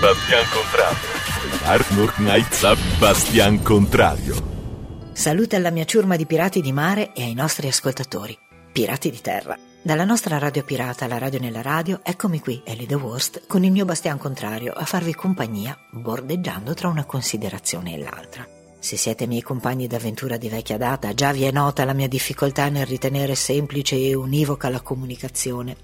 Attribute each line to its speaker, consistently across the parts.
Speaker 1: Bastian Contrario. Arnold Knight Bastian Contrario.
Speaker 2: Salute alla mia ciurma di pirati di mare e ai nostri ascoltatori, pirati di terra. Dalla nostra radio pirata, la radio nella radio, eccomi qui, Ellie the Worst, con il mio Bastian Contrario a farvi compagnia, bordeggiando tra una considerazione e l'altra. Se siete miei compagni d'avventura di vecchia data, già vi è nota la mia difficoltà nel ritenere semplice e univoca la comunicazione.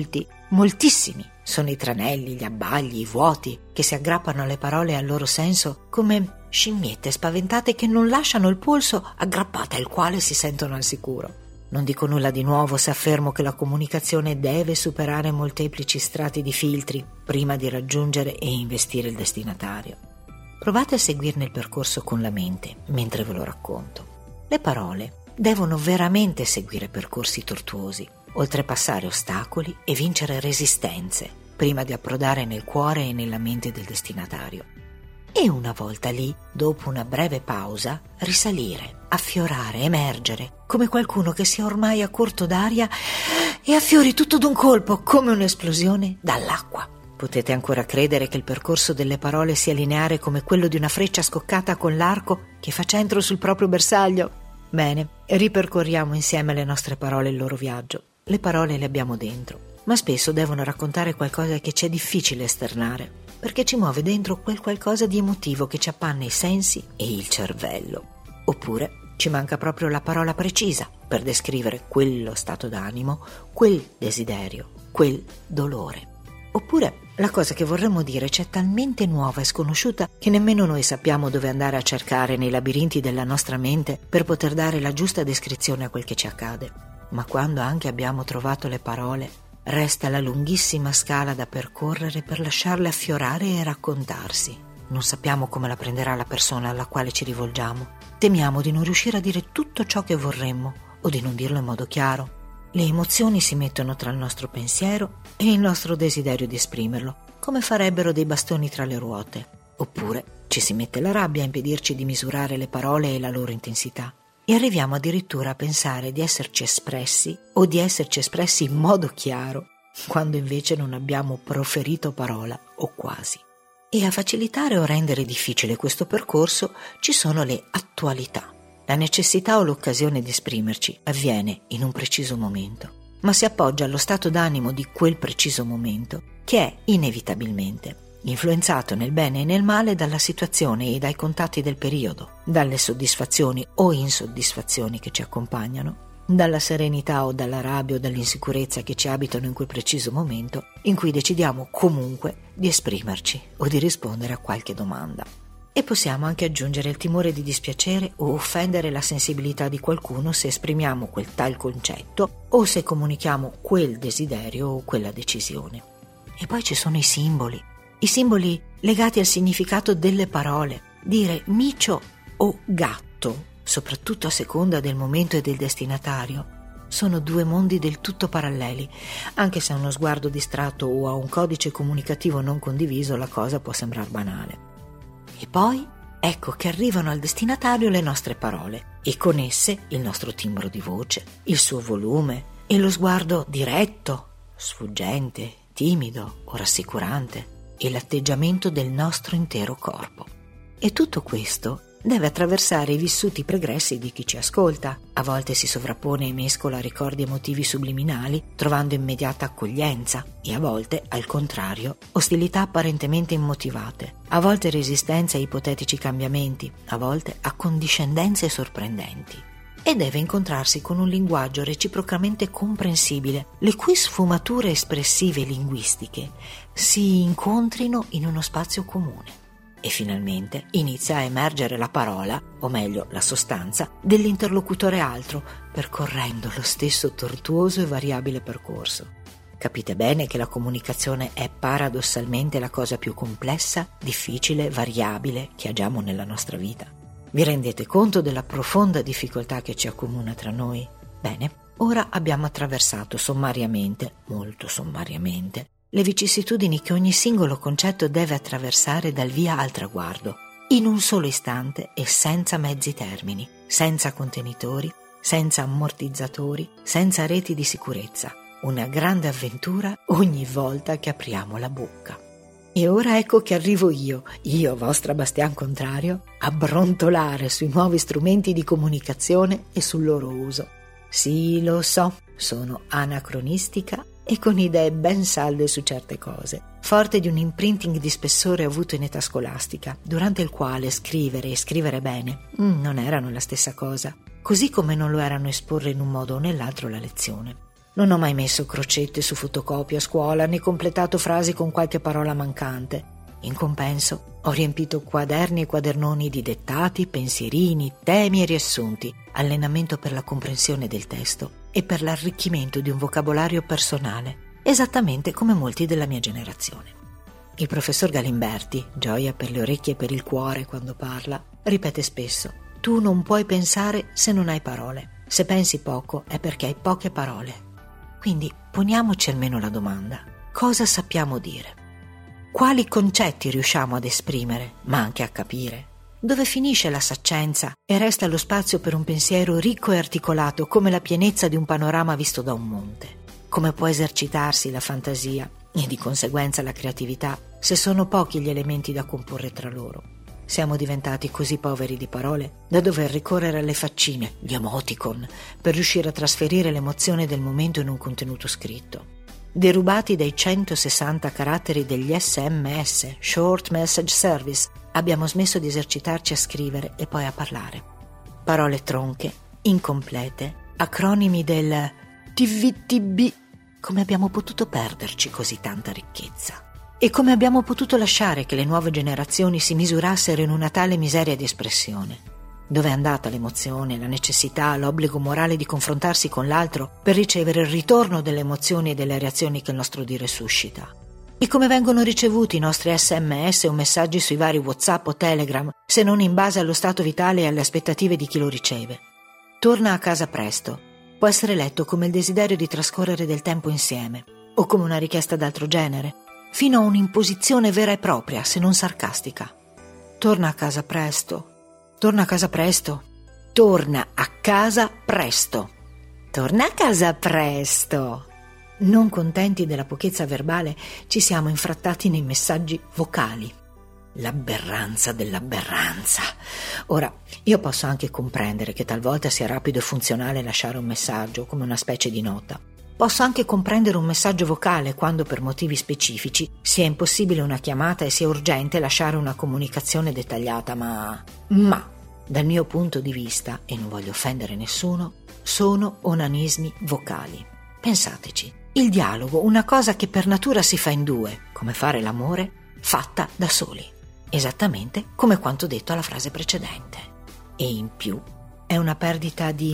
Speaker 2: Moltissimi sono i tranelli, gli abbagli, i vuoti che si aggrappano alle parole e al loro senso come scimmiette spaventate che non lasciano il polso aggrappate al quale si sentono al sicuro. Non dico nulla di nuovo se affermo che la comunicazione deve superare molteplici strati di filtri prima di raggiungere e investire il destinatario. Provate a seguirne il percorso con la mente mentre ve lo racconto. Le parole devono veramente seguire percorsi tortuosi, oltrepassare ostacoli e vincere resistenze prima di approdare nel cuore e nella mente del destinatario. E una volta lì, dopo una breve pausa, risalire, affiorare, emergere, come qualcuno che sia ormai a corto d'aria e affiori tutto d'un colpo, come un'esplosione, dall'acqua. Potete ancora credere che il percorso delle parole sia lineare come quello di una freccia scoccata con l'arco che fa centro sul proprio bersaglio? Bene, ripercorriamo insieme le nostre parole e il loro viaggio. Le parole le abbiamo dentro, ma spesso devono raccontare qualcosa che ci è difficile esternare, perché ci muove dentro quel qualcosa di emotivo che ci appanna i sensi e il cervello. Oppure ci manca proprio la parola precisa per descrivere quello stato d'animo, quel desiderio, quel dolore. Oppure la cosa che vorremmo dire c'è talmente nuova e sconosciuta che nemmeno noi sappiamo dove andare a cercare nei labirinti della nostra mente per poter dare la giusta descrizione a quel che ci accade. Ma quando anche abbiamo trovato le parole, resta la lunghissima scala da percorrere per lasciarle affiorare e raccontarsi. Non sappiamo come la prenderà la persona alla quale ci rivolgiamo. Temiamo di non riuscire a dire tutto ciò che vorremmo o di non dirlo in modo chiaro. Le emozioni si mettono tra il nostro pensiero e il nostro desiderio di esprimerlo, come farebbero dei bastoni tra le ruote. Oppure ci si mette la rabbia a impedirci di misurare le parole e la loro intensità. E arriviamo addirittura a pensare di esserci espressi o di esserci espressi in modo chiaro, quando invece non abbiamo proferito parola o quasi. E a facilitare o rendere difficile questo percorso ci sono le attualità. La necessità o l'occasione di esprimerci avviene in un preciso momento, ma si appoggia allo stato d'animo di quel preciso momento che è inevitabilmente influenzato nel bene e nel male dalla situazione e dai contatti del periodo, dalle soddisfazioni o insoddisfazioni che ci accompagnano, dalla serenità o dalla rabbia o dall'insicurezza che ci abitano in quel preciso momento in cui decidiamo comunque di esprimerci o di rispondere a qualche domanda. E possiamo anche aggiungere il timore di dispiacere o offendere la sensibilità di qualcuno se esprimiamo quel tal concetto o se comunichiamo quel desiderio o quella decisione. E poi ci sono i simboli legati al significato delle parole. Dire micio o gatto, soprattutto a seconda del momento e del destinatario, sono due mondi del tutto paralleli, anche se a uno sguardo distratto o a un codice comunicativo non condiviso la cosa può sembrare banale. E poi ecco che arrivano al destinatario le nostre parole e con esse il nostro timbro di voce, il suo volume e lo sguardo diretto, sfuggente, timido o rassicurante e l'atteggiamento del nostro intero corpo. E tutto questo deve attraversare i vissuti pregressi di chi ci ascolta. A volte si sovrappone e mescola ricordi emotivi subliminali, trovando immediata accoglienza, e a volte, al contrario, ostilità apparentemente immotivate, a volte resistenza a ipotetici cambiamenti, a volte accondiscendenze sorprendenti. E deve incontrarsi con un linguaggio reciprocamente comprensibile, le cui sfumature espressive e linguistiche si incontrino in uno spazio comune. E finalmente inizia a emergere la parola, o meglio la sostanza, dell'interlocutore altro, percorrendo lo stesso tortuoso e variabile percorso. Capite bene che la comunicazione è paradossalmente la cosa più complessa, difficile, variabile che agiamo nella nostra vita. Vi rendete conto della profonda difficoltà che ci accomuna tra noi? Bene, ora abbiamo attraversato sommariamente, molto sommariamente, le vicissitudini che ogni singolo concetto deve attraversare dal via al traguardo, in un solo istante e senza mezzi termini, senza contenitori, senza ammortizzatori, senza reti di sicurezza. Una grande avventura ogni volta che apriamo la bocca. E ora ecco che arrivo io, vostra Bastian Contrario, a brontolare sui nuovi strumenti di comunicazione e sul loro uso. Sì, lo so, sono anacronistica e con idee ben salde su certe cose, forte di un imprinting di spessore avuto in età scolastica, durante il quale scrivere e scrivere bene non erano la stessa cosa, così come non lo erano esporre in un modo o nell'altro la lezione. Non ho mai messo crocette su fotocopia a scuola, né completato frasi con qualche parola mancante. In compenso, ho riempito quaderni e quadernoni di dettati, pensierini, temi e riassunti, allenamento per la comprensione del testo e per l'arricchimento di un vocabolario personale, esattamente come molti della mia generazione. Il professor Galimberti, gioia per le orecchie e per il cuore quando parla, ripete spesso: tu non puoi pensare se non hai parole. Se pensi poco è perché hai poche parole. Quindi poniamoci almeno la domanda: cosa sappiamo dire? Quali concetti riusciamo ad esprimere, ma anche a capire? Dove finisce la saccenza e resta lo spazio per un pensiero ricco e articolato come la pienezza di un panorama visto da un monte? Come può esercitarsi la fantasia e di conseguenza la creatività se sono pochi gli elementi da comporre tra loro? Siamo diventati così poveri di parole da dover ricorrere alle faccine, gli emoticon, per riuscire a trasferire l'emozione del momento in un contenuto scritto. Derubati dai 160 caratteri degli SMS, Short Message Service, abbiamo smesso di esercitarci a scrivere e poi a parlare. Parole tronche, incomplete, acronimi del TVTB. Come abbiamo potuto perderci così tanta ricchezza? E come abbiamo potuto lasciare che le nuove generazioni si misurassero in una tale miseria di espressione? Dove è andata l'emozione, la necessità, l'obbligo morale di confrontarsi con l'altro per ricevere il ritorno delle emozioni e delle reazioni che il nostro dire suscita? E come vengono ricevuti i nostri SMS o messaggi sui vari WhatsApp o Telegram, se non in base allo stato vitale e alle aspettative di chi lo riceve? Torna a casa presto può essere letto come il desiderio di trascorrere del tempo insieme, o come una richiesta d'altro genere, fino a un'imposizione vera e propria, se non sarcastica. Torna a casa presto. Torna a casa presto. Torna a casa presto. Torna a casa presto. Non contenti della pochezza verbale, ci siamo infrattati nei messaggi vocali. L'aberranza dell'aberranza. Ora, io posso anche comprendere che talvolta sia rapido e funzionale lasciare un messaggio, come una specie di nota. Posso anche comprendere un messaggio vocale quando per motivi specifici sia impossibile una chiamata e sia urgente lasciare una comunicazione dettagliata, ma dal mio punto di vista, e non voglio offendere nessuno, sono onanismi vocali. Pensateci, il dialogo, una cosa che per natura si fa in due, come fare l'amore, fatta da soli, esattamente come quanto detto alla frase precedente. E in più è una perdita di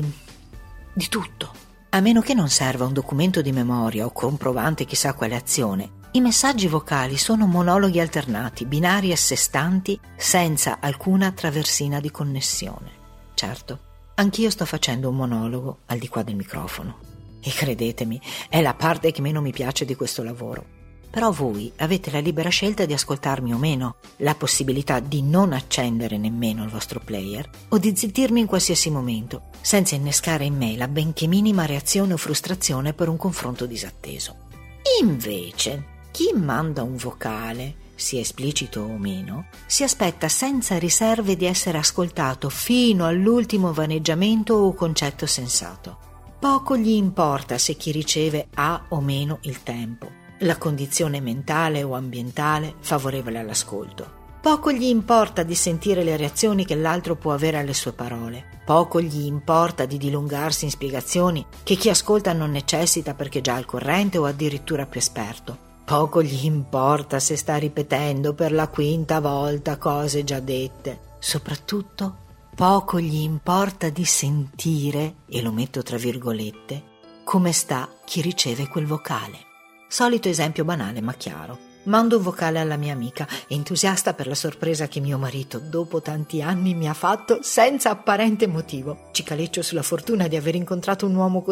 Speaker 2: tutto. A meno che non serva un documento di memoria o comprovante chissà quale azione, i messaggi vocali sono monologhi alternati, binari a sé stanti, senza alcuna traversina di connessione. Certo, anch'io sto facendo un monologo al di qua del microfono. E credetemi, è la parte che meno mi piace di questo lavoro. Però voi avete la libera scelta di ascoltarmi o meno, la possibilità di non accendere nemmeno il vostro player o di zittirmi in qualsiasi momento, senza innescare in me la benché minima reazione o frustrazione per un confronto disatteso. Invece, chi manda un vocale, sia esplicito o meno, si aspetta senza riserve di essere ascoltato fino all'ultimo vaneggiamento o concetto sensato. Poco gli importa se chi riceve ha o meno il tempo, la condizione mentale o ambientale favorevole all'ascolto. Poco gli importa di sentire le reazioni che l'altro può avere alle sue parole. Poco gli importa di dilungarsi in spiegazioni che chi ascolta non necessita perché già al corrente o addirittura più esperto. Poco gli importa se sta ripetendo per la quinta volta cose già dette. Soprattutto, poco gli importa di sentire, e lo metto tra virgolette, come sta chi riceve quel vocale. Solito esempio banale ma chiaro. Mando un vocale alla mia amica, entusiasta per la sorpresa che mio marito, dopo tanti anni, mi ha fatto senza apparente motivo. Cicaleccio sulla fortuna di aver incontrato un uomo così.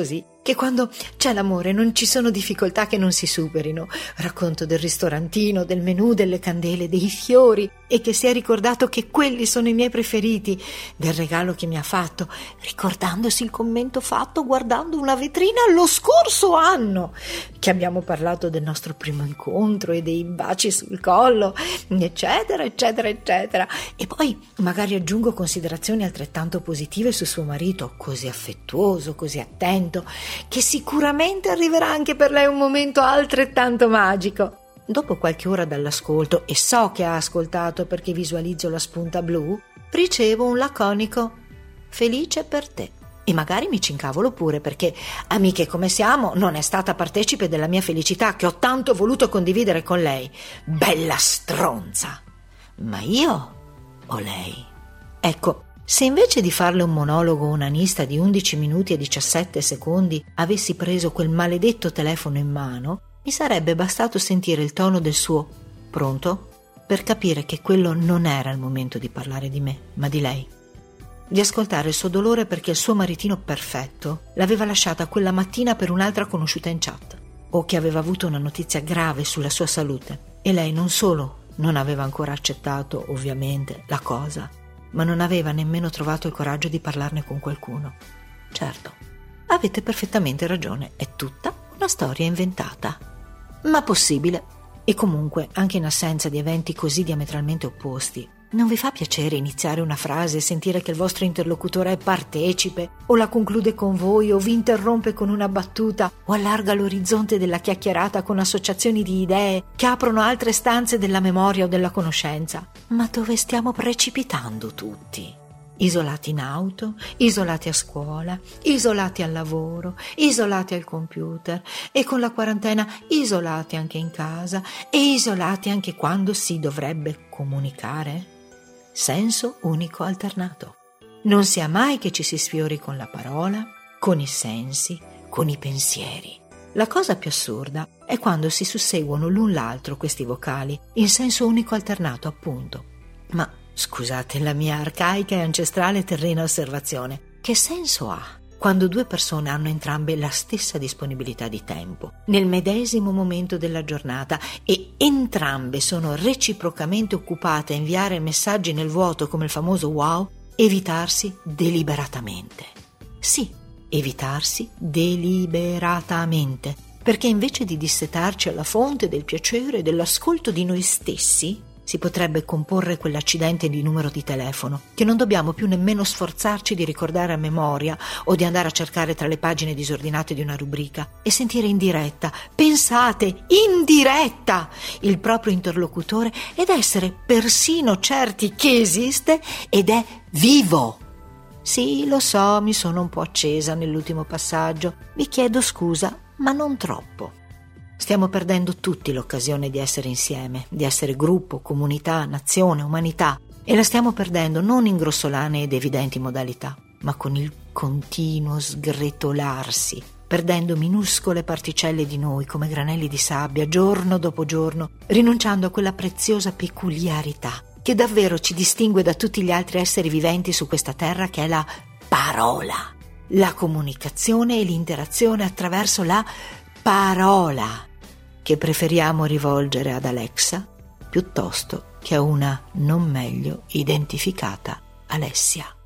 Speaker 2: che quando c'è l'amore non ci sono difficoltà che non si superino. Racconto del ristorantino, del menù, delle candele, dei fiori, e che si è ricordato che quelli sono i miei preferiti, del regalo che mi ha fatto, ricordandosi il commento fatto guardando una vetrina lo scorso anno, che abbiamo parlato del nostro primo incontro e dei baci sul collo, eccetera, eccetera, eccetera. E poi magari aggiungo considerazioni altrettanto positive su suo marito, così affettuoso, così attento, che sicuramente arriverà anche per lei un momento altrettanto magico. Dopo qualche ora dall'ascolto, e so che ha ascoltato perché visualizzo la spunta blu, ricevo un laconico "felice per te". E magari mi ci incavolo pure perché, amiche come siamo, non è stata partecipe della mia felicità che ho tanto voluto condividere con lei. Bella stronza! Ma io o lei? Ecco, se invece di farle un monologo onanista di 11 minuti e 17 secondi avessi preso quel maledetto telefono in mano, mi sarebbe bastato sentire il tono del suo "pronto?" per capire che quello non era il momento di parlare di me, ma di lei. Di ascoltare il suo dolore perché il suo maritino perfetto l'aveva lasciata quella mattina per un'altra conosciuta in chat, o che aveva avuto una notizia grave sulla sua salute, e lei non solo non aveva ancora accettato, ovviamente, la cosa, ma non aveva nemmeno trovato il coraggio di parlarne con qualcuno. Certo, avete perfettamente ragione, è tutta una storia inventata, ma possibile. E comunque, anche in assenza di eventi così diametralmente opposti, non vi fa piacere iniziare una frase e sentire che il vostro interlocutore è partecipe, o la conclude con voi, o vi interrompe con una battuta, o allarga l'orizzonte della chiacchierata con associazioni di idee che aprono altre stanze della memoria o della conoscenza? Ma dove stiamo precipitando tutti? Isolati in auto, isolati a scuola, isolati al lavoro, isolati al computer, e con la quarantena isolati anche in casa, e isolati anche quando si dovrebbe comunicare? Senso unico alternato. Non sia mai che ci si sfiori con la parola, con i sensi, con i pensieri. La cosa più assurda è quando si susseguono l'un l'altro questi vocali, in senso unico alternato, appunto. Ma scusate la mia arcaica e ancestrale e terrena osservazione, che senso ha quando due persone hanno entrambe la stessa disponibilità di tempo, nel medesimo momento della giornata, e entrambe sono reciprocamente occupate a inviare messaggi nel vuoto come il famoso wow, evitarsi deliberatamente? Sì, evitarsi deliberatamente, perché invece di dissetarci alla fonte del piacere e dell'ascolto di noi stessi, si potrebbe comporre quell'accidente di numero di telefono che non dobbiamo più nemmeno sforzarci di ricordare a memoria o di andare a cercare tra le pagine disordinate di una rubrica, e sentire in diretta, pensate, in diretta, il proprio interlocutore, ed essere persino certi che esiste ed è vivo. Sì, lo so, mi sono un po' accesa nell'ultimo passaggio, vi chiedo scusa, ma non troppo. Stiamo perdendo tutti l'occasione di essere insieme, di essere gruppo, comunità, nazione, umanità, e la stiamo perdendo non in grossolane ed evidenti modalità, ma con il continuo sgretolarsi, perdendo minuscole particelle di noi come granelli di sabbia, giorno dopo giorno, rinunciando a quella preziosa peculiarità che davvero ci distingue da tutti gli altri esseri viventi su questa terra, che è la parola, la comunicazione e l'interazione attraverso la parola, che preferiamo rivolgere ad Alexa piuttosto che a una non meglio identificata Alessia.